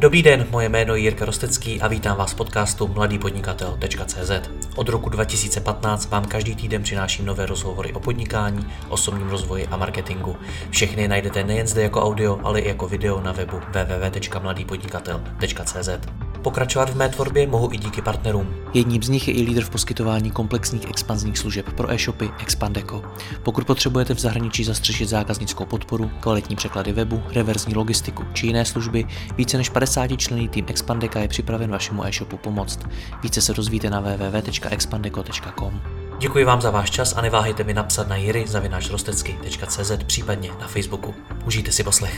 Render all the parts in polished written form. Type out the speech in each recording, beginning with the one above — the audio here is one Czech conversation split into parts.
Dobrý den, moje jméno je Jirka Rostecký a vítám vás v podcastu mladýpodnikatel.cz. Od roku 2015 vám každý týden přináším nové rozhovory o podnikání, osobním rozvoji a marketingu. Všechny najdete nejen zde jako audio, ale i jako video na webu www.mladýpodnikatel.cz. Pokračovat v mé tvorbě mohu i díky partnerům. Jedním z nich je i lídr v poskytování komplexních expanzních služeb pro e-shopy Expandeco. Pokud potřebujete v zahraničí zastřešit zákaznickou podporu, kvalitní překlady webu, reverzní logistiku či jiné služby, více než 50členný tým Expandeca je připraven vašemu e-shopu pomoct. Více se dozvíte na www.expandeco.com. Děkuji vám za váš čas a neváhejte mi napsat na jiry@rostecky.cz, případně na Facebooku. Užijte si poslech.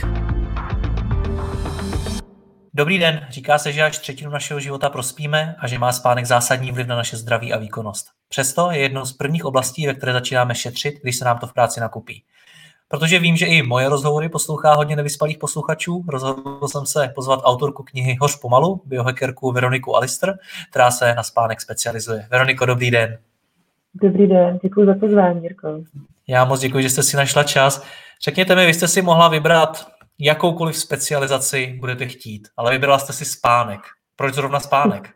Dobrý den, říká se, že až třetinu našeho života prospíme a že má spánek zásadní vliv na naše zdraví a výkonnost. Přesto je jednou z prvních oblastí, ve které začínáme šetřit, když se nám to v práci nakupí. Protože vím, že i moje rozhovory poslouchá hodně nevyspalých posluchačů, rozhodl jsem se pozvat autorku knihy Hoř pomalu, biohackerku Veroniku Alister, která se na spánek specializuje. Veroniko, dobrý den. Dobrý den, děkuji za pozvání, Jirko. Já moc děkuji, že jste si našla čas. Řekněte mi, vy jste si mohla vybrat jakoukoliv specializaci budete chtít, ale vybrala jste si spánek. Proč zrovna spánek?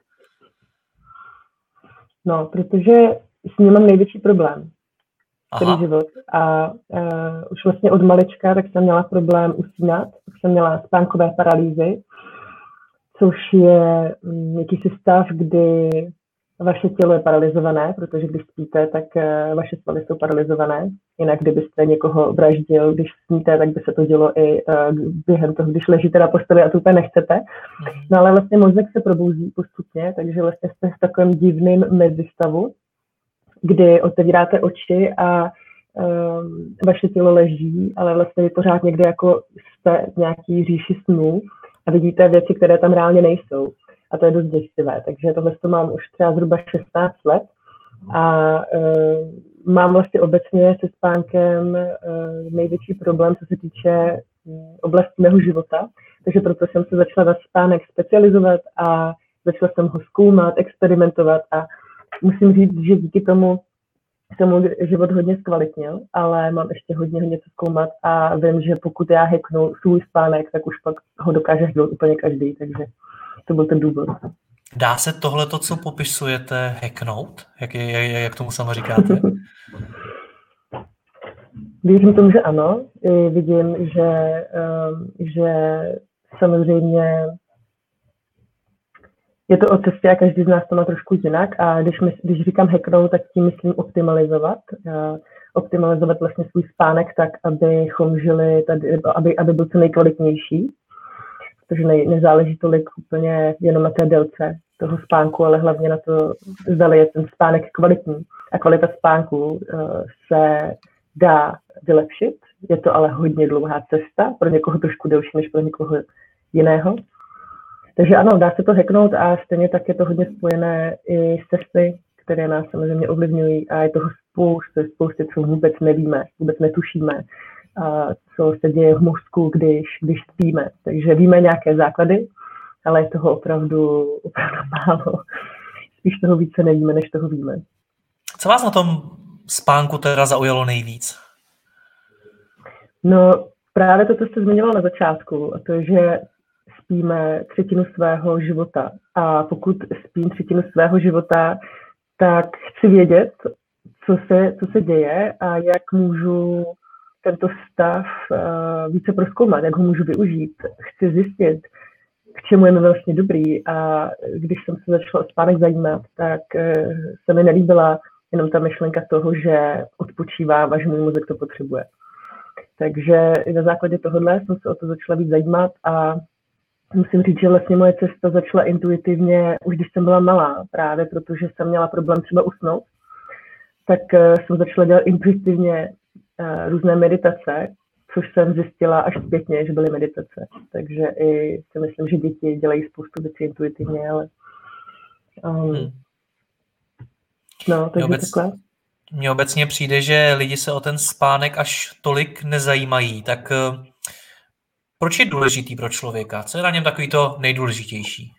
No, protože s ním mám největší problém celý život. A už vlastně od malička tak jsem měla problém usínat, tak jsem měla spánkové paralýzy, což je jakýsi stav, kdy vaše tělo je paralyzované, protože když spíte, tak vaše svaly jsou paralyzované. Jinak, kdybyste někoho vraždil, když sníte, tak by se to dělo i během toho, když ležíte na posteli a to úplně nechcete. No ale vlastně mozek se probouzí postupně, takže vlastně jste v takovém divném mezistavu, kdy otevíráte oči a vaše tělo leží, ale vlastně je pořád někde jako jste v nějaký říši snů a vidíte věci, které tam reálně nejsou. A to je dost děsivé, takže tohle to mám už třeba zhruba 16 let a mám vlastně obecně se spánkem největší problém, co se týče oblasti mého života, takže proto jsem se začala na spánek specializovat a začala jsem ho zkoumat, experimentovat a musím říct, že díky tomu život hodně zkvalitnil, ale mám ještě hodně co zkoumat a vím, že pokud já hacknu svůj spánek, tak už pak ho dokáže hacknout úplně každý, takže to byl ten důvod. Dá se tohleto, co popisujete, hacknout? Jak tomu sama říkáte? Věřím tomu, že ano. Vidím, že samozřejmě je to o cestě a každý z nás to má trošku jinak. A když říkám hacknout, tak tím myslím optimalizovat. Optimalizovat vlastně svůj spánek tak, abychom žili tady, aby byl co nejkvalitnější. Protože nezáleží tolik úplně jenom na té délce toho spánku, ale hlavně na to, zda je ten spánek kvalitní. A kvalita spánku se dá vylepšit. Je to ale hodně dlouhá cesta, pro někoho trošku delší než pro někoho jiného. Takže ano, dá se to hacknout a stejně tak je to hodně spojené i s testy, které nás samozřejmě ovlivňují a je toho spousty, co vůbec nevíme, vůbec netušíme. A co se děje v mozku, když spíme. Takže víme nějaké základy, ale je toho opravdu málo. Spíš toho více nevíme, než toho víme. Co vás na tom spánku teda zaujalo nejvíc? No právě to, co jste zmiňoval na začátku, a to je, že spíme třetinu svého života. A pokud spím třetinu svého života, tak chci vědět, co se děje a jak můžu tento stav více prozkoumat, jak ho můžu využít. Chci zjistit, k čemu je mi vlastně dobrý a když jsem se začala o spánek zajímat, tak se mi nelíbila jenom ta myšlenka toho, že odpočívám a že můj mozek to potřebuje. Takže i na základě tohohle jsem se o to začala víc zajímat a musím říct, že vlastně moje cesta začala intuitivně už když jsem byla malá, právě protože jsem měla problém třeba usnout, tak jsem začala dělat intuitivně různé meditace, což jsem zjistila až zpětně, že byly meditace. Takže i si myslím, že děti dělají spoustu věcí intuitivně, ale takže takhle. Mně obecně přijde, že lidi se o ten spánek až tolik nezajímají. Tak proč je důležitý pro člověka? Co je na něm takový to nejdůležitější?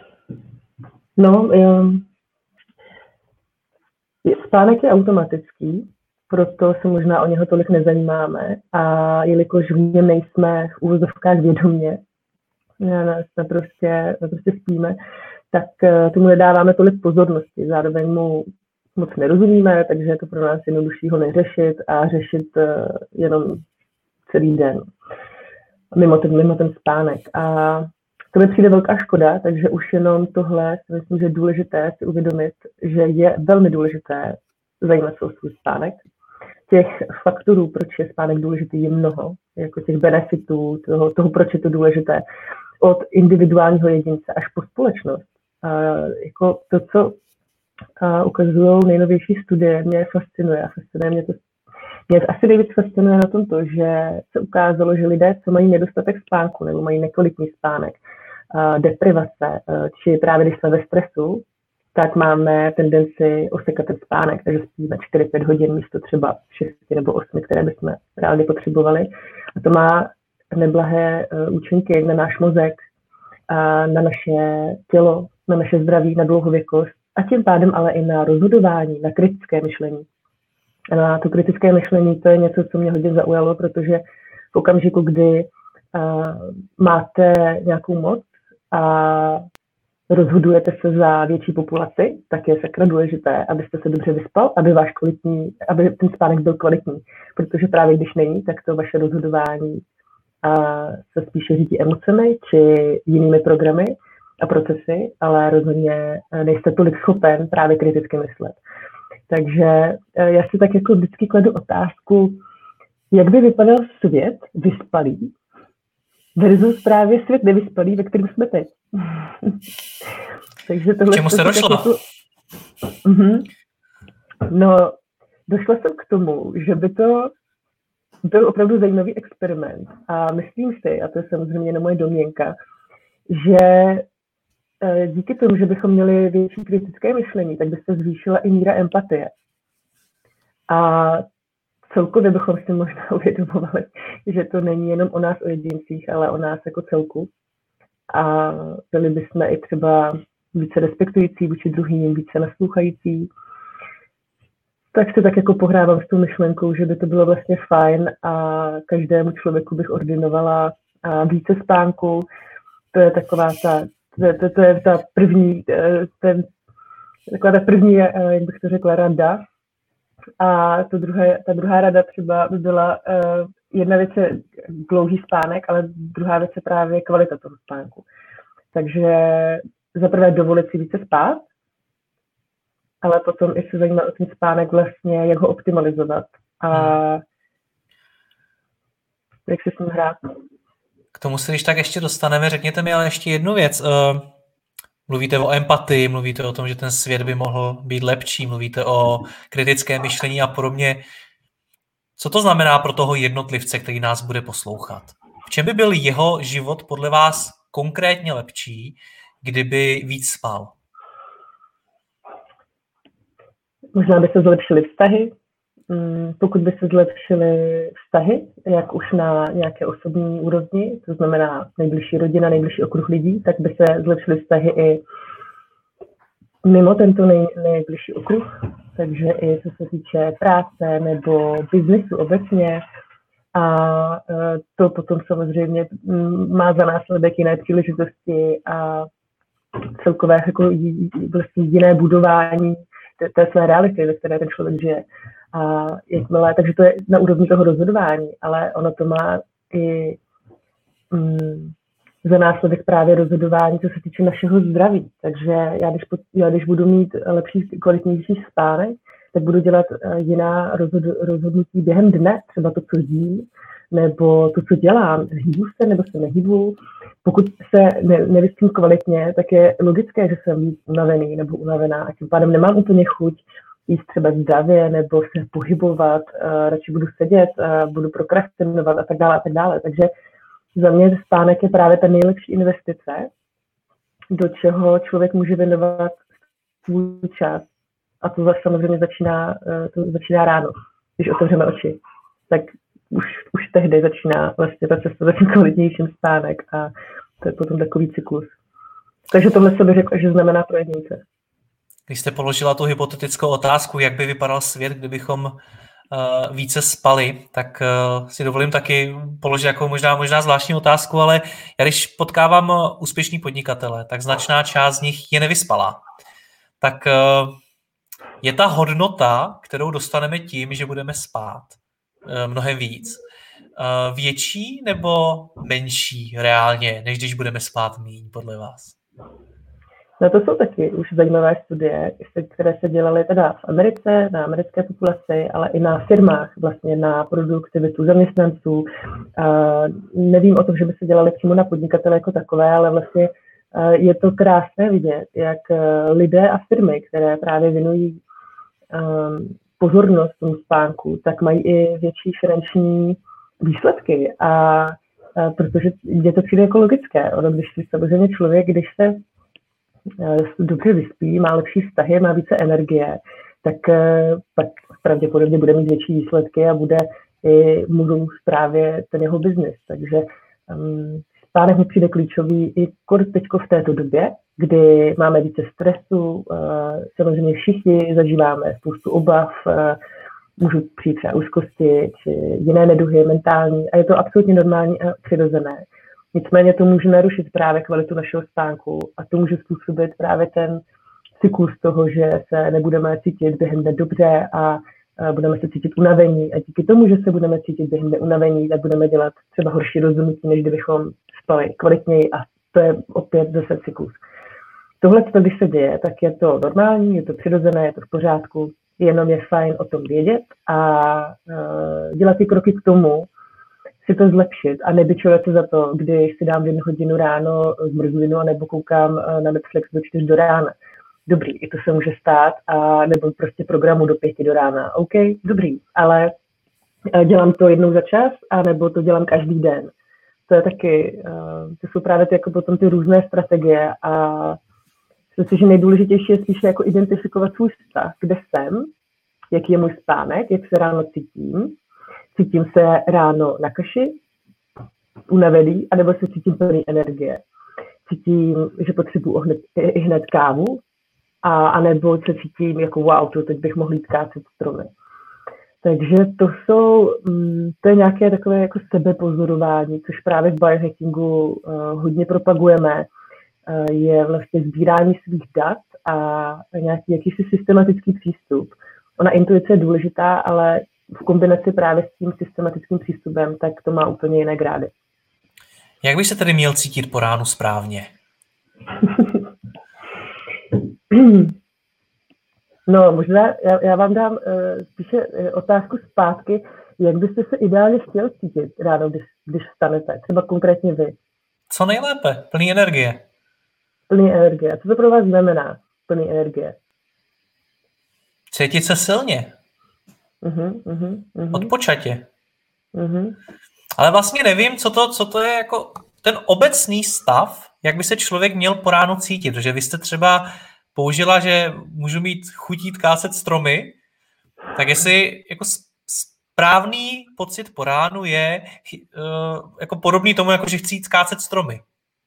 Spánek je automatický proto se možná o něho tolik nezajímáme a jelikož v něm nejsme v úvozovkách vědomě, jsme prostě spíme, tak tomu nedáváme tolik pozornosti. Zároveň mu moc nerozumíme, takže je to pro nás jednodušší ho neřešit a řešit jenom celý den mimo ten spánek. A to mi přijde velká škoda, takže už jenom tohle si myslím, že je důležité si uvědomit, že je velmi důležité zajímat se o svůj spánek. Těch faktorů, proč je spánek důležitý, je mnoho, jako těch benefitů, toho proč je to důležité, od individuálního jedince až po společnost. Jako to, co ukazují nejnovější studie, mě fascinuje. Mě asi nejvíc fascinuje na tom to, že se ukázalo, že lidé, co mají nedostatek spánku nebo mají nekvalitní spánek, deprivace, či právě když jsme ve stresu, tak máme tendenci osekat ten spánek, takže spíme 4-5 hodin místo třeba 6 nebo 8, které bychom reálně potřebovali. A to má neblahé účinky na náš mozek, na naše tělo, na naše zdraví, na dlouhověkost a tím pádem ale i na rozhodování, na kritické myšlení. A na to kritické myšlení to je něco, co mě hodně zaujalo, protože v okamžiku, kdy máte nějakou moc a rozhodujete se za větší populaci, tak je sakra důležité, abyste se dobře vyspal, aby ten spánek byl kvalitní. Protože právě když není, tak to vaše rozhodování se spíše řídí emocemi či jinými programy a procesy, ale rozhodně nejste tolik schopen právě kriticky myslet. Takže já si tak jako vždycky kladu otázku, jak by vypadal svět vyspalý versus právě svět nevyspalý, ve kterém jsme teď. Takže tohle k čemu se došlo? Jako... No, došla jsem k tomu, že by to byl opravdu zajímavý experiment. A myslím si, a to je samozřejmě na moje domněnka, že díky tomu, že bychom měli větší kritické myšlení, tak by se zvýšila i míra empatie. A celkově bychom si možná uvědomovali, že to není jenom o nás, o jedincích, ale o nás jako celku. A byli bychom i třeba více respektující vůči druhým, více naslouchající. Tak se tak jako pohrávám s tou myšlenkou, že by to bylo vlastně fajn a každému člověku bych ordinovala více spánku. To je taková ta první, taková ta první, jak bych to řekla, rada. A ta druhá rada třeba by byla, jedna věc je dlouhý spánek, ale druhá věc je právě kvalita toho spánku. Takže zaprvé dovolit si více spát, ale potom i se zajímat o ten spánek vlastně, jak ho optimalizovat a jak se s ním hrát. K tomu se když tak ještě dostaneme, řekněte mi ale ještě jednu věc. Mluvíte o empatii, mluvíte o tom, že ten svět by mohl být lepší, mluvíte o kritické myšlení a podobně. Co to znamená pro toho jednotlivce, který nás bude poslouchat? V čem by byl jeho život podle vás konkrétně lepší, kdyby víc spal? Možná by se zlepšily vztahy. Pokud by se zlepšily vztahy, jak už na nějaké osobní úrovni, to znamená nejbližší rodina, nejbližší okruh lidí, tak by se zlepšily vztahy i mimo tento nejbližší okruh. Takže i co se týče práce nebo biznesu obecně. A to potom samozřejmě má za následek jiné příležitosti a celkové jako vlastně jiné budování té své reality, ve které ten člověk žije. A jakmile, takže to je na úrovni toho rozhodování, ale ono to má i za následek právě rozhodování, co se týče našeho zdraví. Takže já když budu mít lepší, kvalitnější spánek, tak budu dělat jiná rozhodnutí během dne, třeba to, co jím, nebo to, co dělám. Hýbu se nebo se nehýbu. Pokud se nevyspím kvalitně, tak je logické, že jsem víc unavený nebo unavená a tím pádem nemám úplně chuť jíst třeba zdravě nebo se pohybovat, radši budu sedět, budu prokrastinovat a tak dále a tak dále. Takže za mě spánek je právě ta nejlepší investice, do čeho člověk může věnovat svůj čas. A to samozřejmě začíná ráno, když otevřeme oči. Tak už tehdy začíná vlastně ta cesta za tím kvalitnějším spánek a to je potom takový cyklus. Takže tohle se by řekla, že znamená pro jedince. Když jste položila tu hypotetickou otázku, jak by vypadal svět, kdybychom více spali, tak si dovolím taky položit jako možná zvláštní otázku, ale já když potkávám úspěšný podnikatele, tak značná část z nich je nevyspalá. Tak je ta hodnota, kterou dostaneme tím, že budeme spát mnohem víc, větší nebo menší reálně, než když budeme spát míň, podle vás? No to jsou taky už zajímavé studie, které se dělaly teda v Americe, na americké populaci, ale i na firmách, vlastně na produktivitu zaměstnanců. Nevím o tom, že by se dělaly přímo na podnikatele jako takové, ale vlastně je to krásné vidět, jak lidé a firmy, které právě věnují pozornost tomu spánku, tak mají i větší finanční výsledky. A protože je to přijde jako logické. Ono, když si samozřejmě člověk, když se dobře vyspí, má lepší vztahy, má více energie, tak pak pravděpodobně bude mít větší výsledky a bude i mu růst právě ten jeho biznis. Takže spánek mi přijde klíčový i teďko v této době, kdy máme více stresu, samozřejmě všichni zažíváme spoustu obav, můžou přijít třeba úzkosti či jiné neduhy mentální a je to absolutně normální a přirozené. Nicméně to může narušit právě kvalitu našeho spánku a to může způsobit právě ten cyklus toho, že se nebudeme cítit během dne dobře a budeme se cítit unavení a díky tomu, že se budeme cítit během dne unavení, tak budeme dělat třeba horší rozhodnutí, než kdybychom spali kvalitněji a to je opět zase cyklus. Tohle, když se děje, tak je to normální, je to přirozené, je to v pořádku, jenom je fajn o tom vědět a dělat ty kroky k tomu, si to zlepšit a nebyčovat se za to, když si dám 1 hodinu ráno zmrzlinu a nebo koukám na Netflix do 4 do rána. Dobrý, i to se může stát, a nebo prostě programu do 5 do rána. OK, dobrý, ale dělám to jednou za čas, a nebo to dělám každý den. To je taky, to jsou právě ty, jako potom ty různé strategie a myslím si, že nejdůležitější je spíše jako identifikovat svůj vztah, kde jsem, jaký je můj spánek, jak se ráno cítím. Cítím se ráno na kaši, unavený, anebo se cítím plný energie. Cítím, že potřebuji hned kávu, anebo se cítím jako wow, to teď bych mohl jít kácet stromy. Takže to je nějaké takové jako sebepozorování, což právě v biohackingu hodně propagujeme. Je vlastně sbírání svých dat a nějaký jakýsi systematický přístup. Ona intuice je důležitá, ale v kombinaci právě s tím systematickým přístupem, tak to má úplně jiné grády. Jak by se tedy měl cítit po ránu správně? No, možná já vám dám spíše otázku zpátky, jak byste se ideálně chtěl cítit ráno, když vstanete, třeba konkrétně vy. Co nejlépe? Plný energie. Plný energie. Co to pro vás znamená plný energie? Cítit se silně. Odpočatě. Ale vlastně nevím, co to je jako ten obecný stav, jak by se člověk měl po ránu cítit. Protože vy jste třeba použila, že můžu mít chuť jít kácet stromy, tak jestli jako správný pocit po ránu je jako podobný tomu, jako že chci jít kácet stromy.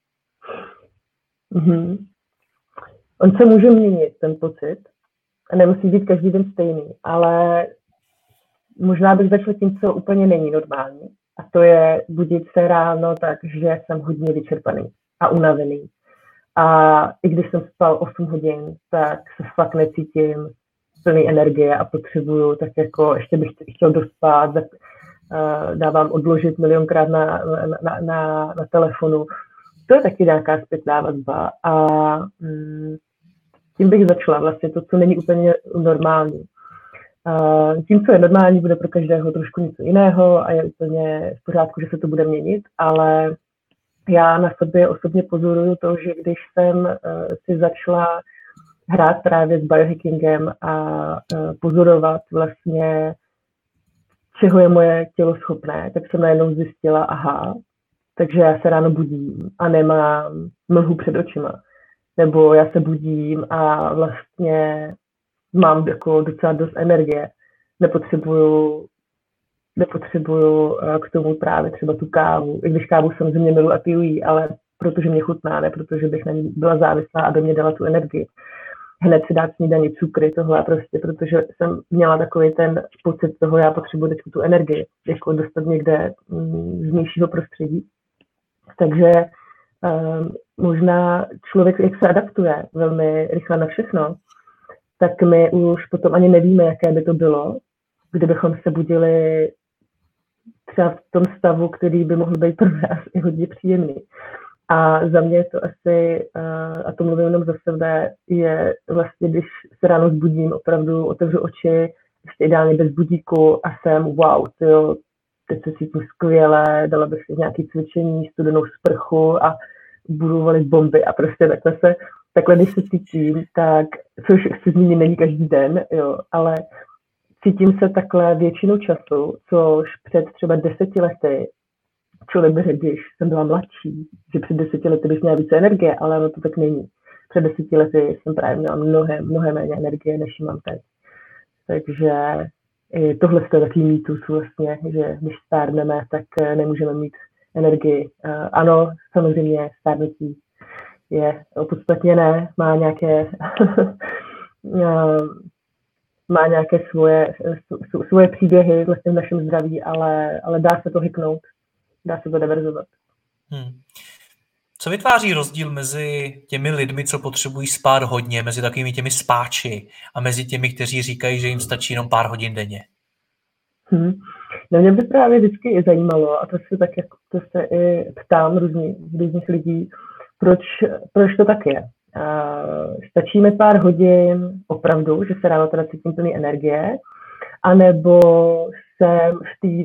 On se může měnit, ten pocit. A nemusí být každý den stejný, ale možná bych začala tím, co úplně není normální. A to je budit se ráno tak, že jsem hodně vyčerpaný a unavený. A i když jsem spal 8 hodin, tak se fakt necítím plný energie a potřebuju, tak jako ještě bych chtěl dospat, dávám odložit milionkrát na telefonu. To je taky nějaká zpětná vazba a tím bych začala vlastně to, co není úplně normální. Tím, co je normální, bude pro každého trošku něco jiného a je úplně v pořádku, že se to bude měnit, ale já na sobě osobně pozoruju to, že když jsem si začala hrát právě s biohackingem a pozorovat vlastně, čeho je moje tělo schopné, tak jsem najednou zjistila, aha, takže já se ráno budím a nemám mlhu před očima. Nebo já se budím a vlastně mám jako docela dost energie. Nepotřebuju k tomu právě třeba tu kávu. I když kávu samozřejmě milu a piju jí, ale protože mě chutná, ne protože bych na ní byla závislá, aby mě dala tu energii. hned si dát snídaní cukry, tohle prostě, protože jsem měla takový ten pocit toho, já potřebuji teď tu energii, jako dostat někde z vnějšího prostředí. Takže možná člověk, jak se adaptuje velmi rychle na všechno, tak my už potom ani nevíme, jaké by to bylo, kdybychom se budili třeba v tom stavu, který by mohl být pro nás i hodně příjemný. A za mě to asi, a to mluvím jenom za sebe, je vlastně, když se ráno zbudím, opravdu otevřu oči, ještě ideálně bez budíku a jsem wow, tyjo, teď se cítím skvěle, dala bych si nějaké cvičení, studenou sprchu a budu valit bomby a prostě takhle když se cítím, tak, což chci zmínit, není každý den, jo, ale cítím se takhle většinu času, což před třeba 10 lety člověk by řekl, když jsem byla mladší, že před 10 lety bych měla více energie, ale ono to tak není. Před 10 lety jsem právě měla mnohem méně energie, než mám teď. Takže tohle je takový mýtus vlastně, že když stárneme, tak nemůžeme mít energii. Ano, samozřejmě stárnutí je opodstatněné, má nějaké svoje příběhy vlastně v našem zdraví, ale dá se to hyknout, dá se to diverzovat. Co vytváří rozdíl mezi těmi lidmi, co potřebují spát hodně, mezi takovými těmi spáči a mezi těmi, kteří říkají, že jim stačí jenom pár hodin denně? No mě by právě vždycky i zajímalo, a to se i ptám různých lidí, proč to tak je. Stačí mi pár hodin opravdu, že se ráno teda cítím plný energie, anebo jsem v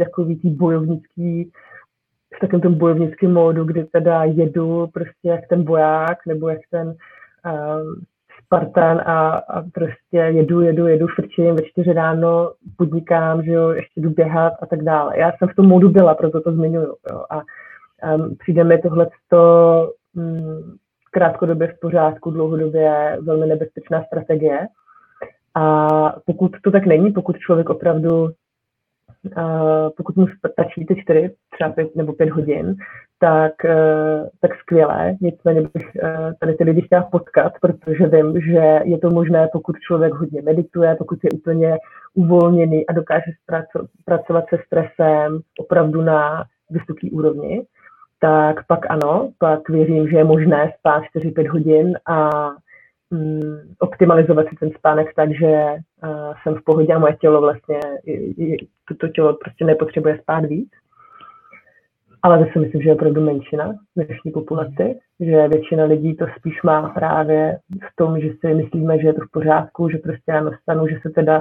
takovém tom bojovnickém módu, kdy teda jedu prostě jak ten voják, nebo jak ten Spartan a prostě jedu, frčím ve 4 ráno, podnikám, že jo, ještě jdu běhat a tak dále. Já jsem v tom módu byla, proto to zmiňuju. Jo. A přijde mi tohleto krátkodobě v pořádku, dlouhodobě velmi nebezpečná strategie. A pokud to tak není, pokud člověk opravdu pokud mu stačí ty 4, třeba 5 nebo 5 hodin, tak skvělé. Nicméně bych tady ty lidi chtěla potkat, protože vím, že je to možné, pokud člověk hodně medituje, pokud je úplně uvolněný a dokáže pracovat se stresem opravdu na vysoké úrovni, tak pak ano, pak věřím, že je možné spát 4-5 hodin a optimalizovat si ten spánek tak, že jsem v pohodě a moje tělo vlastně, toto tělo prostě nepotřebuje spát víc. Ale to si myslím, že je opravdu menšina dnešní populace, že většina lidí to spíš má právě v tom, že si myslíme, že je to v pořádku, že prostě ráno vstanu, že se teda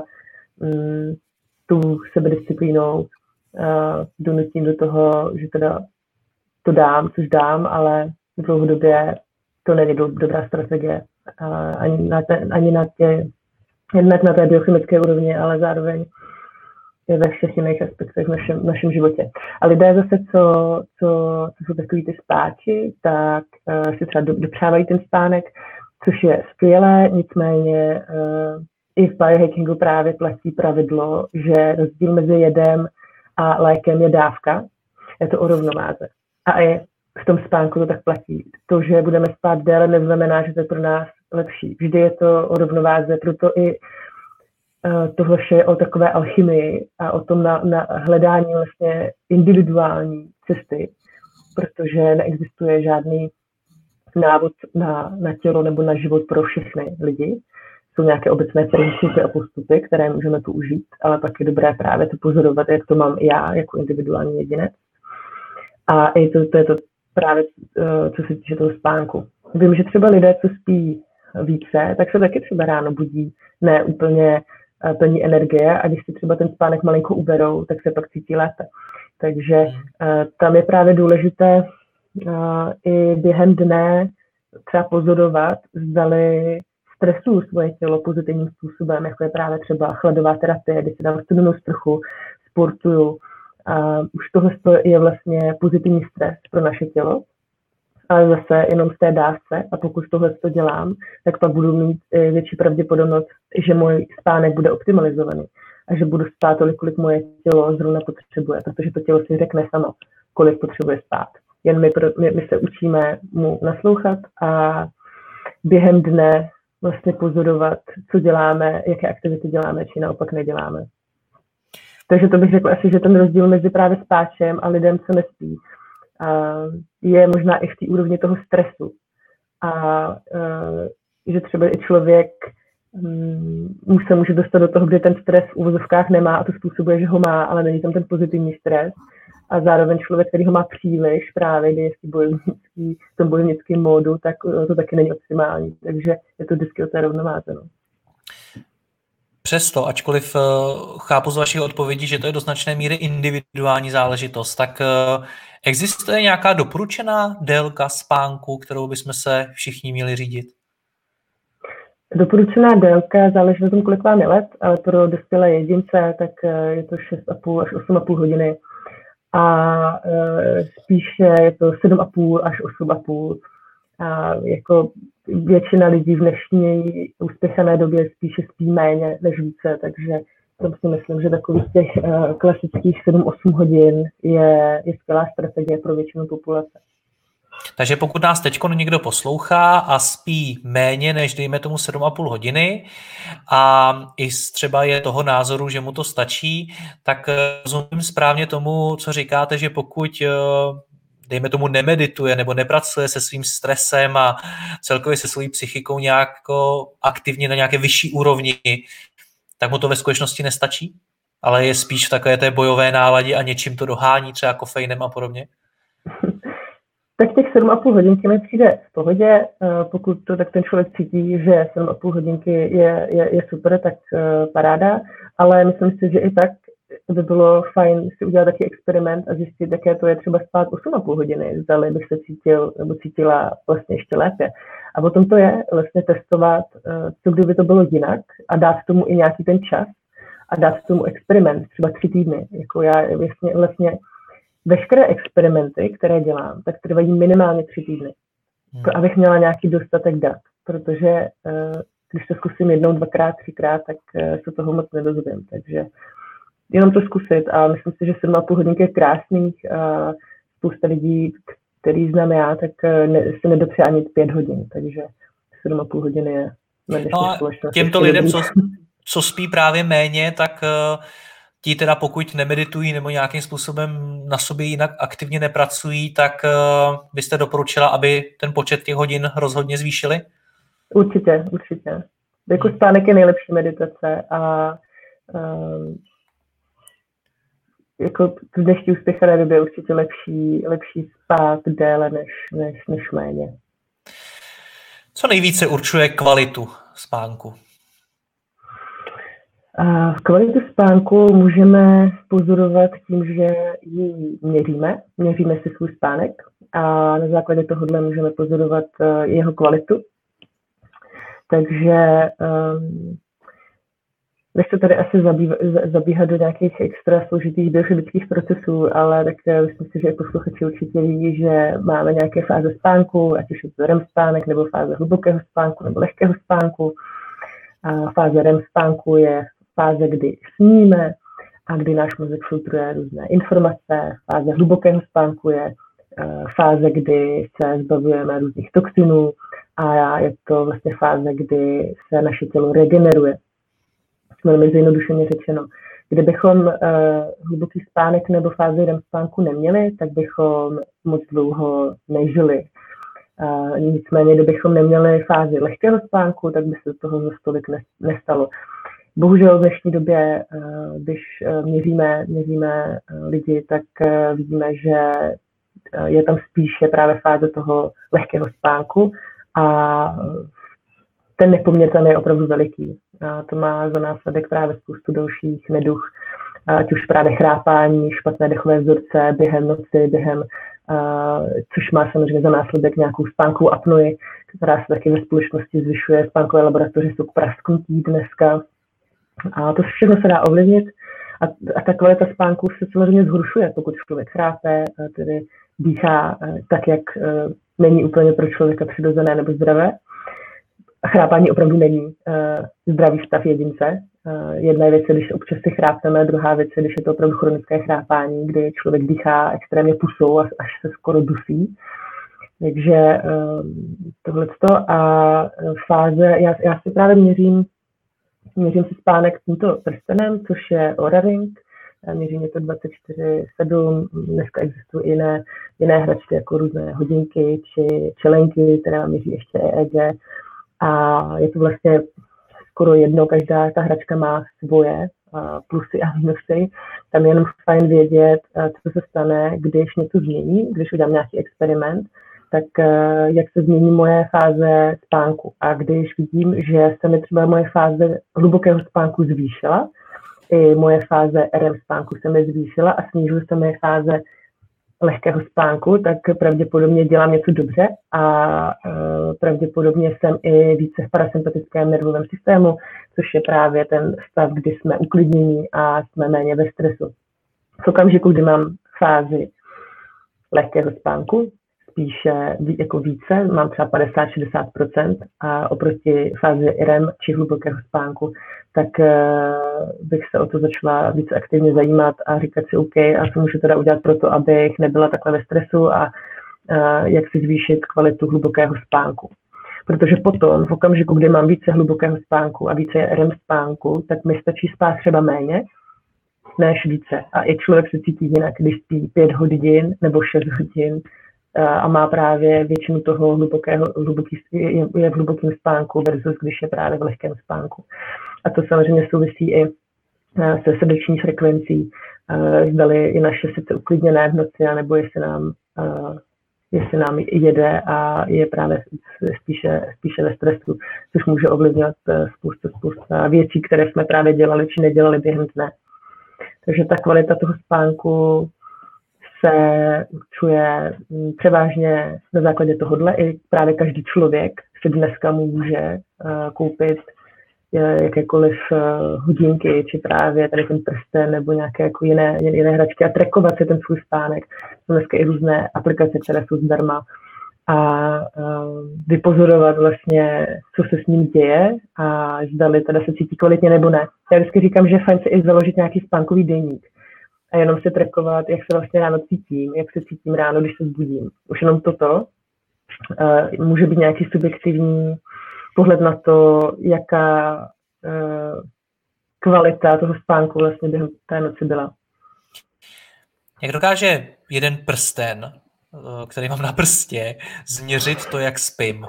tu sebedisciplínou donutím do toho, že teda to dám, což dám, ale dlouhodobě to není dobrá strategie. Ani na té biochemické úrovni, ale zároveň je ve všech jiných aspektech v našem životě. A lidé zase, co jsou takový ty spáči, tak si třeba dopřávají ten spánek, což je skvělé, nicméně i v biohackingu právě platí pravidlo, že rozdíl mezi jedem a lékem je dávka. Je to o rovnováze. A i v tom spánku to tak platí. To, že budeme spát déle, neznamená, že to je pro nás lepší. Vždy je to o rovnováze, proto i tohle je o takové alchymii a o tom na hledání vlastně individuální cesty, protože neexistuje žádný návod na tělo nebo na život pro všechny lidi. Jsou nějaké obecné principy a postupy, které můžeme použít, ale pak je dobré právě to pozorovat, jak to mám já jako individuální jedinec. A i to je to právě, co se týče toho spánku. Vím, že třeba lidé, co spí více, tak se taky třeba ráno budí ne úplně plní energie a když si třeba ten spánek malinko uberou, tak se pak cítí lépe. Takže tam je právě důležité i během dne třeba pozorovat, zdali stresuju svoje tělo pozitivním způsobem, jako je právě třeba chladová terapie, kdy si dám studenou sprchu, sportuju. Už tohle je vlastně pozitivní stres pro naše tělo, ale zase jenom z té dávce a pokud tohle to dělám, tak pak budu mít větší pravděpodobnost, že můj spánek bude optimalizovaný a že budu spát tolik, kolik moje tělo zrovna potřebuje, protože to tělo si řekne samo, kolik potřebuje spát. Jen my se učíme mu naslouchat a během dne vlastně pozorovat, co děláme, jaké aktivity děláme, či naopak neděláme. Takže to bych řekla asi, že ten rozdíl mezi právě spáčem a lidem, co nespí, je možná i v té úrovni toho stresu. A že třeba i člověk se může dostat do toho, kde ten stres v uvozovkách nemá a to způsobuje, že ho má, ale není tam ten pozitivní stres. A zároveň člověk, který ho má příliš právě, kdy je v tom bojovnickém módu, tak to taky není optimální. Takže je to vždycky o té rovnováze. No. Přesto, ačkoliv chápu z vašich odpovědí, že to je do značné míry individuální záležitost, tak existuje nějaká doporučená délka spánku, kterou bychom se všichni měli řídit? Doporučená délka záleží na tom, kolik vám je let, ale pro dospělé jedince tak je to 6,5 až 8,5 hodiny. A spíše je to 7,5 až 8,5. A jako většina lidí v dnešní uspěchané době spíše spí méně než více, takže to si myslím, že takových těch klasických 7-8 hodin je skvělá strategie pro většinu populace. Takže pokud nás teďko někdo poslouchá a spí méně než dejme tomu 7,5 hodiny a i třeba je toho názoru, že mu to stačí, tak rozumím správně tomu, co říkáte, že pokud dejme tomu nemedituje nebo nepracuje se svým stresem a celkově se svou psychikou nějak aktivně na nějaké vyšší úrovni, tak mu to ve skutečnosti nestačí? Ale je spíš v takové té bojové náladě a něčím to dohání, třeba kofeinem a podobně? Tak těch 7,5 hodinky mi přijde v pohodě, pokud to tak ten člověk cítí, že 7,5 hodinky je super, tak paráda, ale myslím si, že i tak by bylo fajn si udělat taky experiment a zjistit, jaké to je třeba spát 8,5 hodiny, zdali bych se cítil nebo cítila vlastně ještě lépe. A potom to je vlastně testovat, co kdyby to bylo jinak a dát tomu i nějaký ten čas a dát tomu experiment, třeba 3 týdny. Jako já vlastně veškeré experimenty, které dělám, tak trvají minimálně 3 týdny, abych měla nějaký dostatek dat, protože když to zkusím 1, 2krát, 3krát, tak se toho moc nedozvím, takže jenom to zkusit a myslím si, že 7,5 hodinky je krásných. Spousta lidí, který znám já, tak si nedopře ani 5 hodin, takže 7,5 hodiny je na dnešní společnosti. Těmto lidem, co spí právě méně, tak ti teda pokud nemeditují nebo nějakým způsobem na sobě jinak aktivně nepracují, tak byste doporučila, aby ten počet těch hodin rozhodně zvýšili? Určitě. Jako spánek je nejlepší meditace a jako v dnešní uspěchané době je určitě lepší spát déle než méně. Co nejvíce určuje kvalitu spánku? Kvalitu spánku můžeme pozorovat tím, že ji měříme si svůj spánek a na základě tohohle můžeme pozorovat jeho kvalitu. Takže nechci tady asi zabíhat do nějakých extra složitých biochemických procesů, ale tak myslím si, že posluchači určitě ví, že máme nějaké fáze spánku, ať už je to REM spánek, nebo fáze hlubokého spánku, nebo lehkého spánku. A fáze REM spánku je fáze, kdy sníme a kdy náš mozek filtruje různé informace. Fáze hlubokého spánku je fáze, kdy se zbavujeme různých toxinů a je to vlastně fáze, kdy se naše tělo regeneruje. Velmi zjednodušeně řečeno. Kdybychom hluboký spánek nebo fázi REM spánku neměli, tak bychom moc dlouho nežili. Nicméně, kdybychom neměli fázi lehkého spánku, tak by se toho za stolik nestalo. Bohužel v dnešní době, když měříme lidi, tak vidíme, že je tam spíše právě fáze toho lehkého spánku a ten nepoměr tam je opravdu veliký. A to má za následek právě spoustu dalších neduh, ať už právě chrápání, špatné dechové vzorce během noci, což má samozřejmě za následek nějakou spánkovou apnoji, která se taky ve společnosti zvyšuje. Spánkové laboratoře jsou k prasknutí dneska. A to všechno se dá ovlivnit a ta kvalita spánku se samozřejmě zhoršuje, pokud člověk chrápe, tedy dýchá tak, jak není úplně pro člověka přirozené nebo zdravé. A chrápání opravdu není zdravý stav jedince. Jedna věc je, když občas si chrápneme, druhá věc je, když je to opravdu chronické chrápání, kdy člověk dýchá extrémně pusou až se skoro dusí. Takže tohleto a fáze, já si právě měřím si spánek tímto prstenem, což je Oura Ring, měřím je to 24/7, dneska existují jiné hračky, jako různé hodinky či čelenky, které měří ještě EEG a je to vlastně skoro jedno, každá ta hračka má svoje plusy a minusy. Tam je jenom fajn vědět, co se stane, když něco změní, když udělám nějaký experiment, tak jak se změní moje fáze spánku. A když vidím, že se mi třeba moje fáze hlubokého spánku zvýšila, i moje fáze REM spánku se mi zvýšila a snížila se mi fáze lehkého spánku, tak pravděpodobně dělám něco dobře a pravděpodobně jsem i více v parasympatickém nervovém systému, což je právě ten stav, kdy jsme uklidnění a jsme méně ve stresu. V okamžiku, kdy mám fázi lehkého spánku, spíše jako více, mám třeba 50-60% a oproti fázi REM či hlubokého spánku, tak bych se o to začala víc aktivně zajímat a říkat si OK, a co můžu teda udělat pro to, abych nebyla takhle ve stresu a jak si zvýšit kvalitu hlubokého spánku. Protože potom, v okamžiku, kdy mám více hlubokého spánku a více REM spánku, tak mi stačí spát třeba méně, než více. A i člověk se cítí jinak, když spí 5 hodin nebo 6 hodin a má právě většinu toho je v hlubokém spánku versus když je právě v lehkém spánku. A to samozřejmě souvisí i se srdeční frekvencí, zdali je naše srdce uklidněné v noci, anebo jestli nám jede a je právě spíše ve stresu, což může ovlivňovat spousta věcí, které jsme právě dělali či nedělali během dne. Takže ta kvalita toho spánku se určuje převážně na základě tohohle. I právě každý člověk si dneska může koupit jakékoliv hodinky, či právě tady ten prsten nebo nějaké jako jiné hračky a trackovat si ten svůj spánek. Jsou dneska i různé aplikace, které jsou zdarma a vypozorovat vlastně, co se s ním děje a zdali teda se cítí kvalitně nebo ne. Já vždycky říkám, že je fajn si i založit nějaký spánkový deník a jenom si trackovat, jak se vlastně ráno cítím, jak se cítím ráno, když se zbudím. Už jenom toto může být nějaký subjektivní pohled na to, jaká kvalita toho spánku vlastně během té noci byla. Jak dokáže jeden prsten, který mám na prstě, změřit to, jak spím?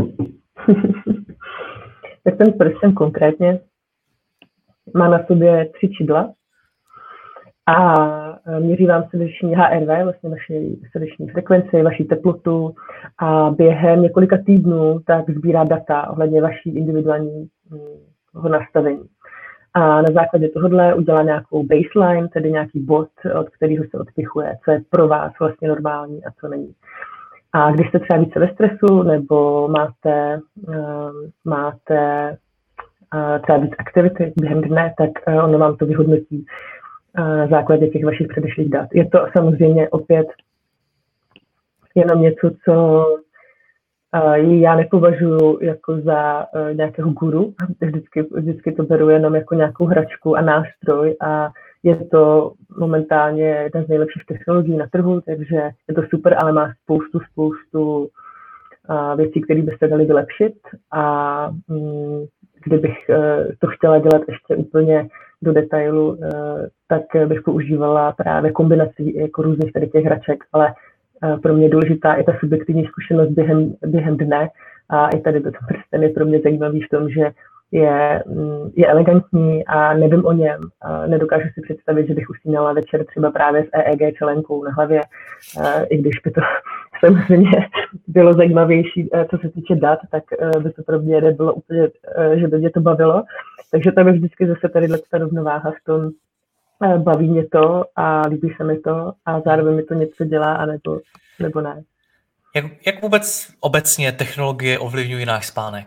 Tak ten prsten konkrétně má na sobě 3 čidla a měří vám srdeční HRV, vlastně vaši srdeční frekvenci, vaši teplotu a během několika týdnů tak sbírá data ohledně vaší individuálního nastavení. A na základě tohohle udělá nějakou baseline, tedy nějaký bod, od kterého se odpichuje, co je pro vás vlastně normální a co není. A když jste třeba více ve stresu nebo máte třeba víc aktivity během dne, tak ono vám to vyhodnotí na základě těch vašich předešlých dat. Je to samozřejmě opět jenom něco, co já nepovažuji jako za nějakého guru. Vždycky to beru jenom jako nějakou hračku a nástroj a je to momentálně jedna z nejlepších technologií na trhu, takže je to super, ale má spoustu věcí, které byste dali vylepšit a kdybych to chtěla dělat ještě úplně do detailu, tak bych používala právě kombinací jako různých tady těch hraček, ale pro mě je důležitá i ta subjektivní zkušenost během dne a i tady ten prsten je pro mě zajímavý v tom, že je elegantní a nevím o něm. Nedokážu si představit, že bych usínala večer třeba právě s EEG čelenkou na hlavě, i když by to samozřejmě bylo zajímavější, co se týče dat, tak by to pro mě nebylo úplně, že by mě to bavilo. Takže tam je vždycky zase tady ta rovnováha v tom, baví mě to a líbí se mi to a zároveň mi to něco dělá, nebo ne. Jak vůbec obecně technologie ovlivňují náš spánek?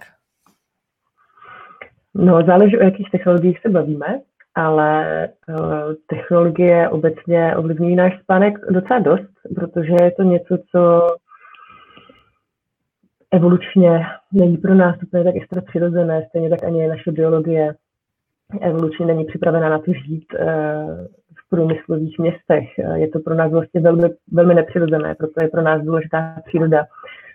No, záleží, o jakých technologiích se bavíme, ale technologie obecně ovlivňují náš spánek docela dost, protože je to něco, co evolučně není pro nás úplně tak extra přirozené, stejně tak ani naše biologie evolučně není připravená na to žít v průmyslových městech. Je to pro nás vlastně velmi, velmi nepřirozené, proto je pro nás důležitá příroda.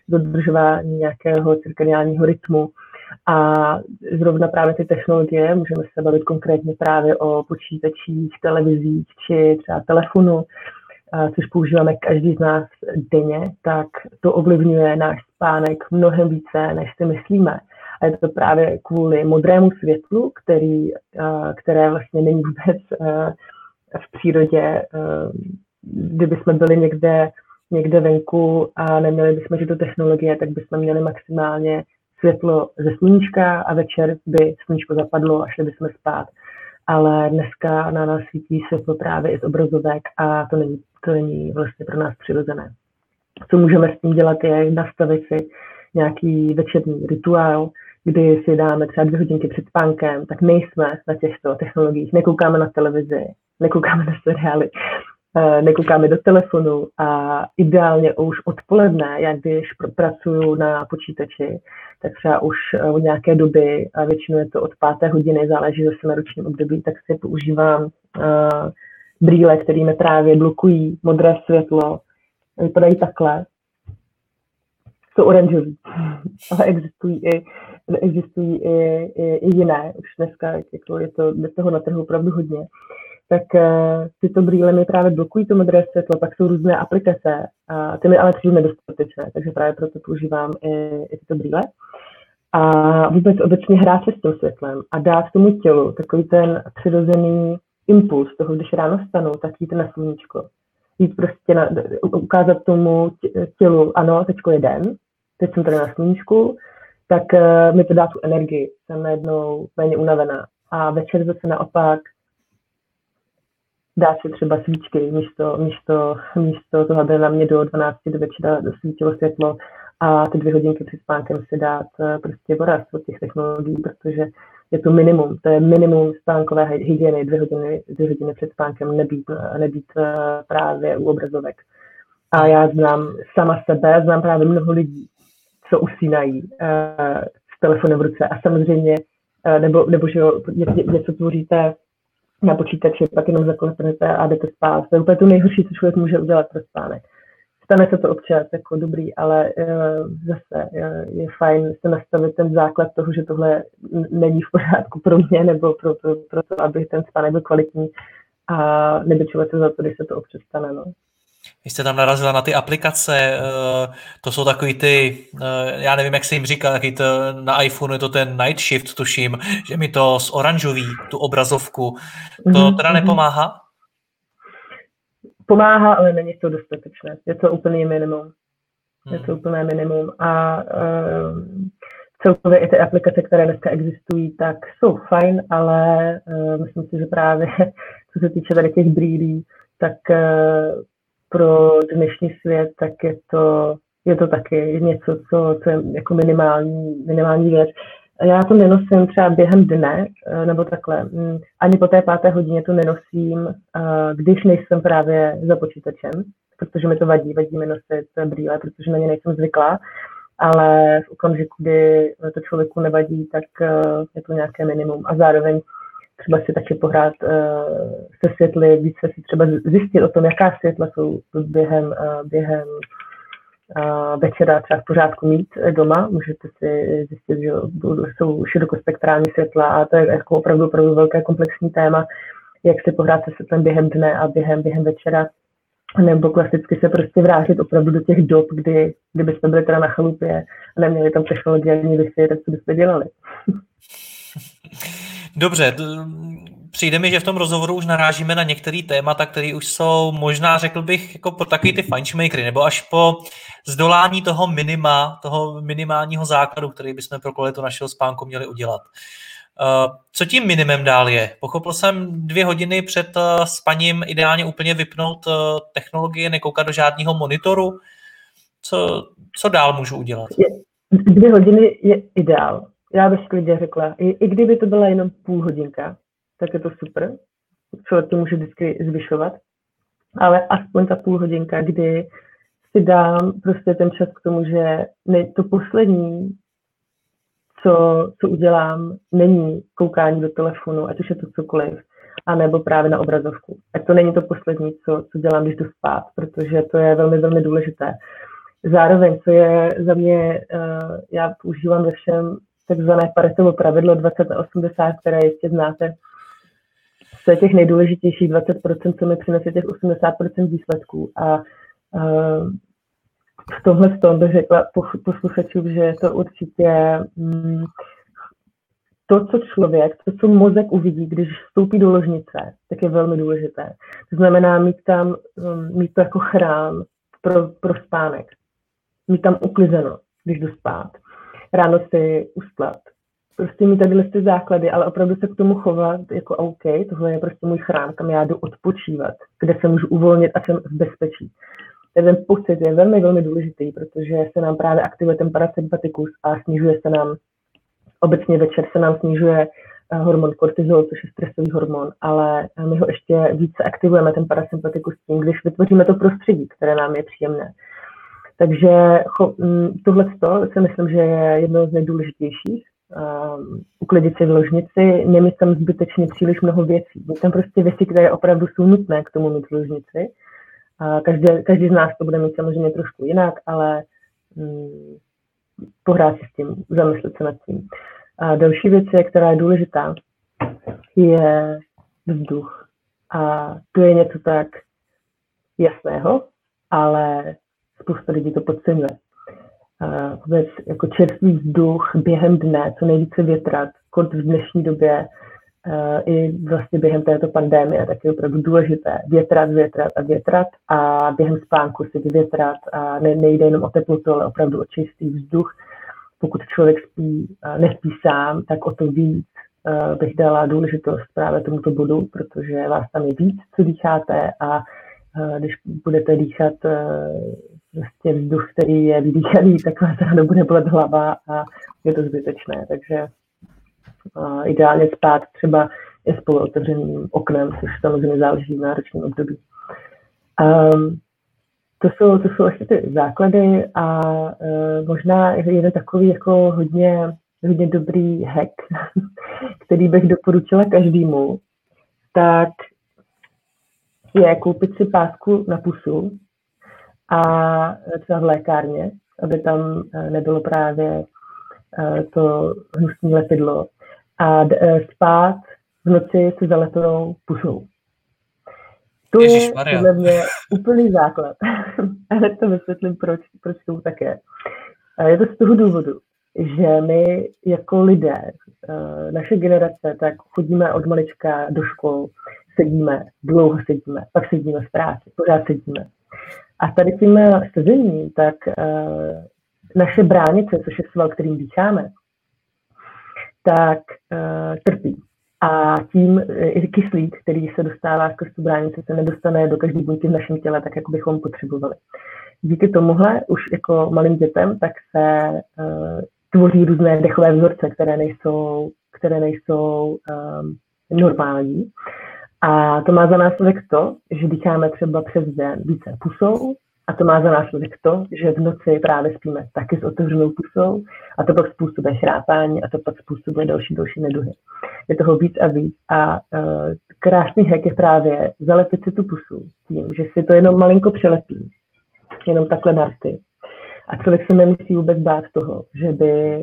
dodržování nějakého cirkadiálního rytmu. A zrovna právě ty technologie, můžeme se bavit konkrétně právě o počítačích, televizích či třeba telefonu, což používáme každý z nás denně, tak to ovlivňuje náš spánek mnohem více, než si myslíme. A je to právě kvůli modrému světlu, které vlastně není vůbec v přírodě. Kdyby jsme byli někde venku a neměli bychom tyto technologie, tak bychom měli maximálně světlo ze sluníčka a večer by sluníčko zapadlo a šli bychom spát. Ale dneska na nás svítí světlo právě i z obrazovek a to není vlastně pro nás přirozené. Co můžeme s tím dělat, je nastavit si nějaký večerní rituál, kdy si dáme třeba 2 hodinky před spánkem, tak nejsme na těchto technologiích, nekoukáme na televizi, nekoukáme na seriály, nekoukáme do telefonu a ideálně už odpoledne, jak když pracuju na počítači, tak třeba už od nějaké doby, a většinou je to od 5. hodiny, záleží zase na ročním období, tak si používám brýle, kterými právě blokují modré světlo. Vypadají takhle. Jsou oranžový, ale existují i jiné. Už dneska jako je toho na trhu opravdu hodně. Tak tyto brýle mi právě blokují to modré světlo, pak jsou různé aplikace, ty mi ale přijde nedostatečné, takže právě proto používám i tyto brýle. A vůbec obecně hrát se s tím světlem a dát tomu tělu takový ten přirozený impuls toho, když ráno vstanu, tak jít na sluníčko. Jít prostě ukázat tomu tělu, ano, teďko je den, teď jsem tady na sluníčku, tak mi to dá tu energii, jsem najednou méně unavená. A večer zase naopak dát si třeba svíčky místo toho, aby na mě do 12 do večera svítilo světlo a ty 2 hodinky před spánkem si dát prostě voraz od těch technologií, protože je to minimum, to je minimum spánkové hygieny, 2 hodiny před spánkem nebýt právě u obrazovek. A já znám sama sebe, znám právě mnoho lidí, co usínají s telefonem v ruce a samozřejmě, nebo že něco tvoříte na počítači, pak jenom zaklepnete a jdete spát. To je úplně to nejhorší, co člověk může udělat pro spánek. Stane se to občas jako dobrý, ale zase je fajn se nastavit ten základ toho, že tohle není v pořádku pro mě, nebo pro to, aby ten spánek byl kvalitní a nebyčovat se za to, když se to občas stane. No. Vy jste tam narazila na ty aplikace, to jsou takový ty, já nevím, jak se jim říká, taky to, na iPhone je to ten Night Shift, tuším, že mi to zoranžoví, tu obrazovku. To teda nepomáhá? Pomáhá, ale není to dostatečné. Je to úplný minimum. A celkově i ty aplikace, které dneska existují, tak jsou fajn, ale myslím si, že právě co se týče tady těch brýlí, tak pro dnešní svět, tak je to taky něco, co je jako minimální věc. Já to nenosím třeba během dne, nebo takhle. Ani po té 5. hodině to nenosím, když nejsem právě za počítačem, protože mi to vadí mi nosit brýle, protože na ně nejsem zvyklá, ale v okamžiku, kdy to člověku nevadí, tak je to nějaké minimum. A zároveň třeba si taky pohrát se světly, více si třeba zjistit o tom, jaká světla jsou během večera třeba v pořádku mít doma. Můžete si zjistit, že jsou širokospektrální světla a to je jako opravdu velké komplexní téma, jak si pohrát se světlem během dne a během večera. Nebo klasicky se prostě vrátit opravdu do těch dob, kdybyste byli teda na chalupě a neměli tam technologie ani Wi-Fi, tak co byste dělali? Dobře, přijde mi, že v tom rozhovoru už narážíme na některé témata, které už jsou možná, řekl bych, jako pro takový ty fajnšmejkry, nebo až po zdolání toho minimálního základu, který bychom pro kvalitu našeho spánku měli udělat. Co tím minimem dál je? Pochopil jsem 2 hodiny před spaním ideálně úplně vypnout technologie, nekoukat do žádného monitoru. Co dál můžu udělat? 2 hodiny je ideál. Já bych klidně řekla, i kdyby to byla jenom půl hodinka, tak je to super. Člověk to může vždycky zvyšovat. Ale aspoň ta půl hodinka, kdy si dám prostě ten čas k tomu, že to poslední, co udělám, není koukání do telefonu, ať už je to cokoliv, anebo právě na obrazovku. Ať to není to poslední, co dělám, když jdu spát, protože to je velmi, velmi důležité. Zároveň, co je za mě, já používám ve všem takzvané Paretovo pravidlo 20/80, které jistě znáte. To je těch nejdůležitějších 20%, co mi přinese těch 80% výsledků. A v tomhle tom bych řekla posluchačům, že je to určitě to, co mozek uvidí, když vstoupí do ložnice, tak je velmi důležité. To znamená mít to jako chrám pro spánek. Mít tam uklizeno, když jdu spát. Ráno si usplat. Prostě mít tadyhle ty základy, ale opravdu se k tomu chovat jako OK, tohle je prostě můj chrám, kam já jdu odpočívat, kde se můžu uvolnit a jsem v bezpečí. Ten pocit je velmi, velmi důležitý, protože se nám právě aktivuje ten parasympatikus a snižuje se nám, obecně večer se nám snižuje hormon kortizol, což je stresový hormon, ale my ho ještě více aktivujeme, ten parasympatikus tím, když vytvoříme to prostředí, které nám je příjemné. Takže tohle si myslím, že je jedno z nejdůležitějších. Uklidit si v ložnici, nemít tam zbytečně příliš mnoho věcí. Mít tam prostě věci, které opravdu jsou nutné k tomu mít v ložnici. Každý z nás to bude mít samozřejmě trošku jinak, ale pohrát si s tím, zamyslet se nad tím. A další věc, která je důležitá, je vzduch. A to je něco tak jasného, ale spousta lidí to podceňuje. Vůbec jako čerstvý vzduch během dne, co nejvíce větrat, kort v dnešní době i vlastně během této pandémie, tak je opravdu důležité větrat a během spánku si vyvětrat a nejde jenom o teplotu, ale opravdu o čistý vzduch. Pokud člověk nespí sám, tak o to víc bych dala důležitost právě tomuto bodu, protože vás tam je víc, co dýcháte a když budete dýchat vlastně vzduch, který je vydýchaný, tak vás ráno bude bolet hlava a je to zbytečné. Takže ideálně spát třeba i s polootevřeným oknem, což samozřejmě záleží v náročném období. To jsou ještě ty základy a možná jeden takový jako hodně dobrý hack, který bych doporučila každému, tak je koupit si pásku na pusu a třeba v lékárně, aby tam nebylo právě to hnusné lepidlo a spát v noci se zalepenou pusou. To je podle mě úplný základ. A hned to vysvětlím, proč to tak je. Je to z toho důvodu, že my jako lidé, naše generace, tak chodíme od malička do škol, dlouho sedíme, pak sedíme v práci, pořád sedíme. A tady tím sezením, tak naše bránice, což je sval, kterým dýcháme, tak trpí. A tím i kyslík, který se dostává skrz tu bránici, se nedostane do každé buňky v našem těle, tak jako bychom potřebovali. Díky tomuhle už jako malým dětem tak se tvoří různé dechové vzorce, které nejsou normální. A to má za následek to, že dýcháme třeba přes den více pusou, a to má za následek to, že v noci právě spíme taky s otevřenou pusou a to pak způsobuje chrápání a to pak způsobuje další neduhy. Je toho víc a víc a krásný hack je právě zalepit si tu pusu tím, že si to jenom malinko přelepí, jenom takhle na rty. A člověk se nemusí vůbec bát toho, že by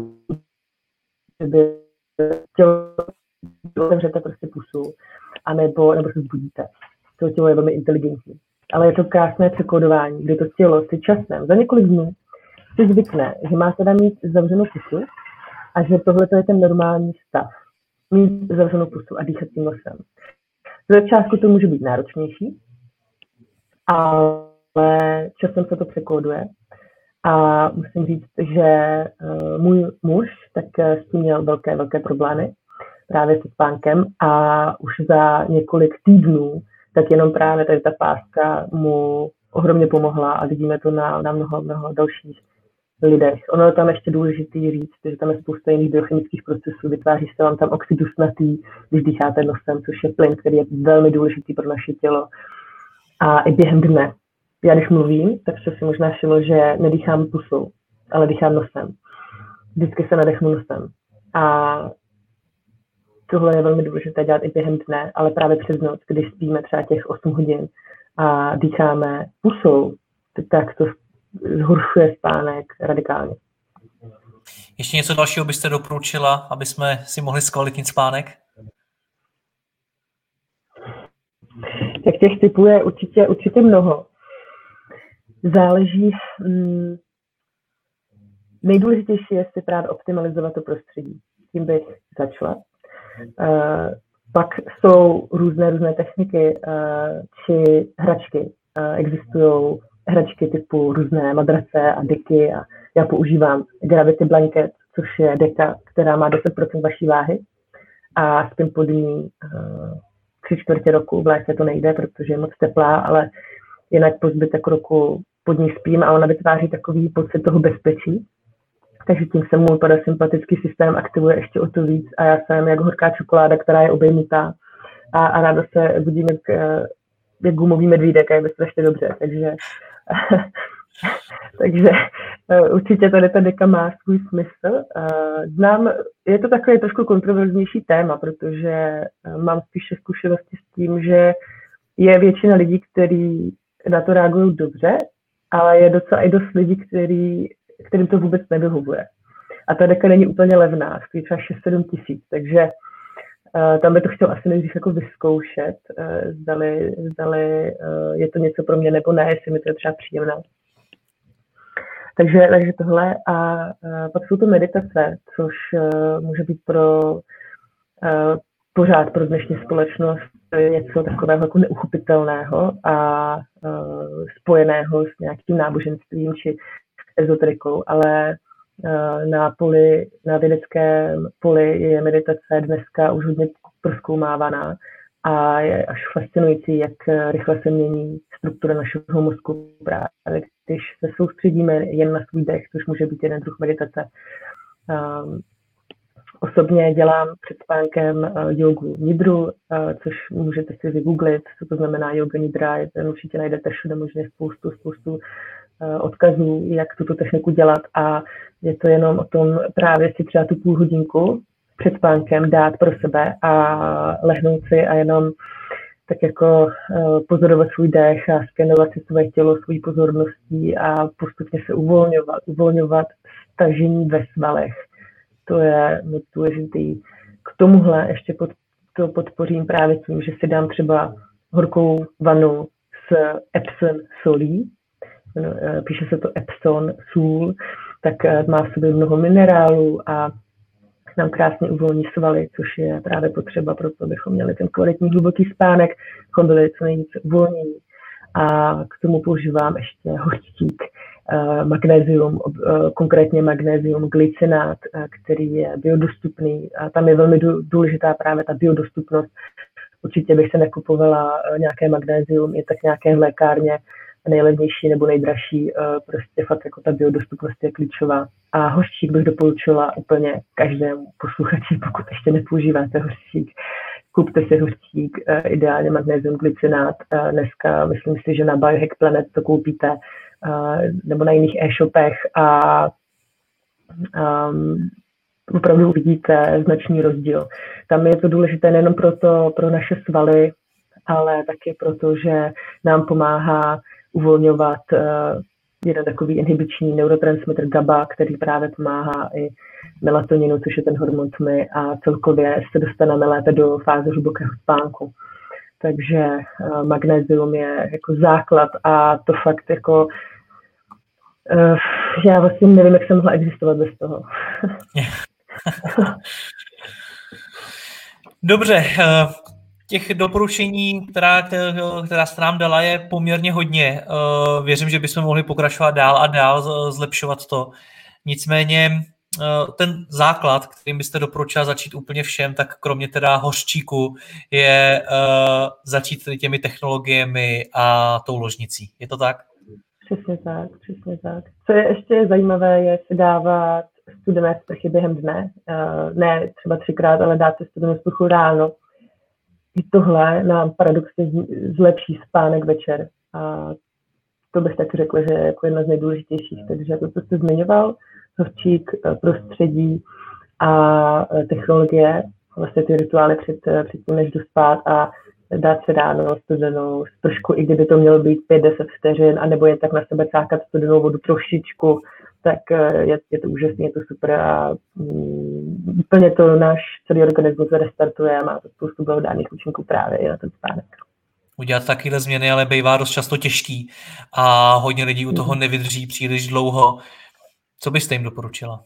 tělo otevřete prostě pusu anebo se zbudíte. To tělo je velmi inteligentní. Ale je to krásné překódování, kdy to tělo si časem za několik dnů si zvykne, že má teda mít zavřenou pusu a že tohle je ten normální stav. Mít zavřenou pusu a dýchat tím nosem. Z začátku to může být náročnější, ale časem se to překóduje. A musím říct, že můj muž tak s tím měl velké problémy právě se spánkem a už za několik týdnů tak jenom právě tady ta páska mu ohromně pomohla a vidíme to na mnoho dalších lidech. Ono je tam ještě důležitý říct, že tam je spousta jiných biochemických procesů, vytváří se vám tam oxid dusnatý, když dýcháte nosem, což je plyn, který je velmi důležitý pro naše tělo. A i během dne. Já když mluvím, tak se si možná všiml, že nedýchám pusou, ale dýchám nosem. Vždycky se nadechnu nosem. A tohle je velmi důležité dělat i během dne, ale právě přes noc, když spíme třeba těch 8 hodin a dýcháme pusou, tak to zhoršuje spánek radikálně. Ještě něco dalšího byste doporučila, aby jsme si mohli zkvalitnit spánek? Tak těch typů je určitě mnoho. Záleží. Nejdůležitější je si právě optimalizovat to prostředí. Tím bych začala. Pak jsou různé techniky či hračky. Existují hračky typu různé madrace a deky a já používám Gravity Blanket, což je deka, která má 10% vaší váhy a spím pod ní 3/4 roku. V létě to nejde, protože je moc teplá, ale jinak po zbytek roku pod ní spím a ona vytváří takový pocit toho bezpečí. Takže tím se můj parasympatický systém aktivuje ještě o to víc a já jsem jako horká čokoláda, která je obejmutá a ráda se budím jak gumový medvídek a je strašně dobře. Takže určitě tady ta deka má svůj smysl. Je to takové trošku kontroverznější téma, protože mám spíše zkušenosti s tím, že je většina lidí, kteří na to reagují dobře, ale je docela i dost lidí, kterým to vůbec nevyhovuje. A ta deka není úplně levná, stojí třeba 6-7 tisíc, takže tam by to chtěl asi nejdřív jako vyzkoušet, zdali je to něco pro mě nebo ne, jestli mi to je třeba příjemné. Takže tohle a pak jsou to meditace, což může být pořád pro dnešní společnost něco takového jako neuchopitelného a spojeného s nějakým náboženstvím či ezoterikou, ale na vědeckém poli je meditace dneska už hodně prozkoumávaná a je až fascinující, jak rychle se mění struktura našeho mozku právě, když se soustředíme jen na svůj dech, což může být jeden druh meditace. Osobně dělám před spánkem jogu nidru, což můžete si vygooglit, co to znamená yoga nidra, ten určitě najdete všude možně spoustu odkazů, jak tuto techniku dělat a je to jenom o tom právě si třeba tu půl hodinku před spánkem dát pro sebe a lehnout si a jenom tak jako pozorovat svůj dech a skenovat si své tělo, svou pozorností a postupně se uvolňovat stažení ve svalech. To je moc důležitý. K tomuhle ještě to podpořím právě tím, že si dám třeba horkou vanu s Epsom solí. Píše se to Epsom sůl, tak má v sobě mnoho minerálů a nám krásně uvolní svaly, což je právě potřeba pro to, abychom měli ten kvalitní hluboký spánek, abychom byli co nejvíce uvolnění. A k tomu používám ještě hořčík, magnézium, konkrétně magnézium glycinát, který je biodostupný. A tam je velmi důležitá právě ta biodostupnost. Určitě bych se nekupovala nějaké magnézium, je tak nějaké v lékárně nejlevnější nebo nejdražší, prostě fakt jako ta biodostupnost je klíčová. A hořčík bych doporučila úplně každému posluchači, pokud ještě nepoužíváte hořčík. Kupte si hořčík, ideálně magnézium glycinát. Dneska myslím si, že na Biohack Planet to koupíte nebo na jiných e-shopech a opravdu uvidíte značný rozdíl. Tam je to důležité nejen pro naše svaly, ale taky proto, že nám pomáhá uvolňovat jeden takový inhibiční neurotransmitter GABA, který právě pomáhá i melatoninu, což je ten hormon tmy a celkově se dostaneme lépe do fáze hlubokého spánku. Takže magnézium je jako základ a to fakt jako já vlastně nevím, jak jsem mohla existovat bez toho. Dobře, těch doporučení, která jste nám dala, je poměrně hodně. Věřím, že bychom mohli pokračovat dál a dál, zlepšovat to. Nicméně ten základ, kterým byste doporučila začít úplně všem, tak kromě teda hořčíku, je začít těmi technologiemi a tou ložnicí. Je to tak? Přesně tak. Co je ještě zajímavé, je si dávat studené sprchy během dne. Ne třeba 3krát, ale dát si studenou sprchu ráno. I tohle nám paradoxně zlepší spánek večer. A to bych tak řekla, že je jako jedna z nejdůležitějších. Takže to, co jste zmiňoval, hořčík, prostředí a technologie, vlastně ty rituály předtím, než jdu spát a dát se ráno studenou trošku, i kdyby to mělo být 5-10 vteřin, anebo jen tak na sebe cákat studenou vodu trošičku, tak je to úžasné, je to super a úplně to náš celý organismus restartuje a má to spoustu blahodárných účinků právě i na ten spánek. Udělat takovéhle změny ale bývá dost často těžký a hodně lidí u toho nevydrží příliš dlouho. Co byste jim doporučila?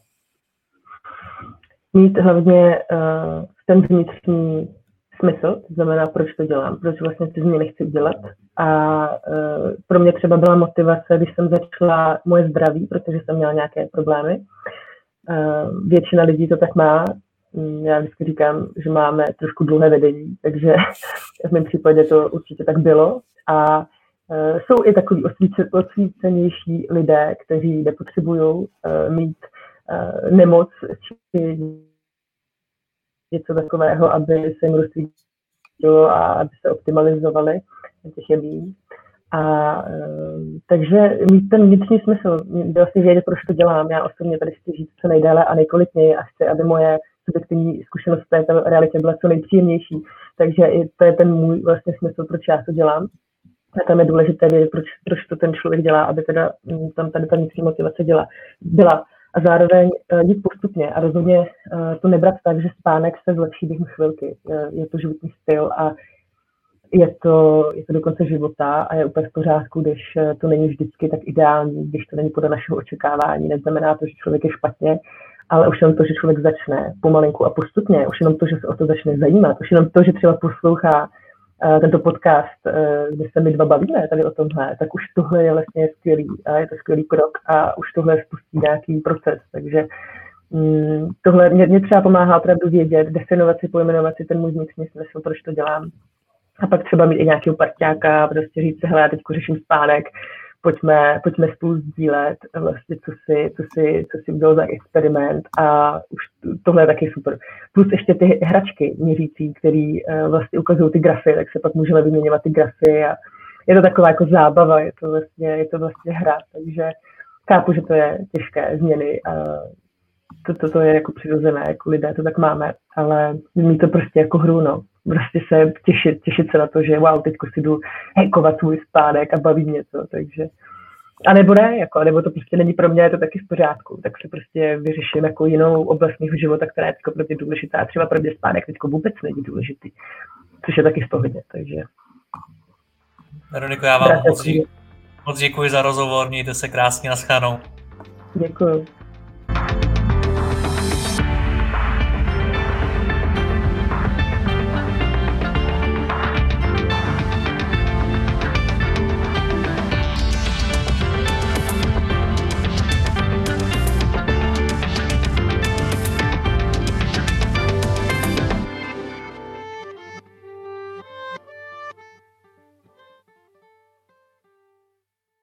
Mít hlavně ten vnitřní smysl, to znamená, proč to dělám, proč vlastně ty změny chci udělat. A pro mě třeba byla motivace, když jsem začala moje zdraví, protože jsem měla nějaké problémy. Většina lidí to tak má. Já vždycky říkám, že máme trošku dlouhé vedení, takže v mém případě to určitě tak bylo. A jsou i takový osvícenější lidé, kteří nepotřebují mít nemoc či něco takového, aby se jim rozsvítilo a aby se optimalizovali, těch je víc. A takže mít ten vnitřní smysl, vlastně vědět, proč to dělám. Já osobně tady chci žít co nejdéle a nejkvalitněji a chci, aby moje subjektivní zkušenost v této realitě byla co nejpříjemnější. Takže i to je ten můj vlastně smysl, proč já to dělám. A tam je důležité vědět, proč to ten člověk dělá, aby teda tam tady ta vnitřní motivace byla. A zároveň jít postupně a rozhodně to nebrat tak, že spánek se zlepší během chvilky. Je to životní styl a je to do konce života a je úplně v pořádku, když to není vždycky tak ideální, když to není podle našeho očekávání. Neznamená to, že člověk je špatně, ale už jenom to, že člověk začne pomalinku a postupně, už jenom to, že se o to začne zajímat, už jenom to, že třeba poslouchá tento podcast, kde se my dva bavíme tady o tomhle, tak už tohle je vlastně skvělý a je to skvělý krok a už tohle spustí nějaký proces, takže tohle mě třeba pomáhá opravdu vědět, definovat si, pojmenovat si ten můj vnitřní smysl, proč to dělám. A pak třeba mít i nějakého parťáka, prostě říct si, hele, já teď řeším spánek, pojďme spolu sdílet, vlastně, co si udělal za experiment a už tohle je taky super. Plus ještě ty hračky měřící, které vlastně ukazují ty grafy, tak se pak můžeme vyměňovat ty grafy a je to taková jako zábava, je to vlastně hra, takže chápu, že to je těžké změny a to je jako přirozené, jako lidé to tak máme, ale mít to prostě jako hru, no. Prostě se těšit se na to, že wow, teďko si jdu hackovat svůj spánek a baví mě to, takže a nebo ne, jako, nebo to prostě není pro mě, je to taky v pořádku, tak se prostě vyřeším jako jinou oblast mého života, která je teďko pro mě důležitá, třeba pro mě spánek teďko vůbec není důležitý, což je taky v pohodě, takže. Veroniko, já vám moc děkuji za rozhovor, mějte se krásně, naschledanou. Děkuji.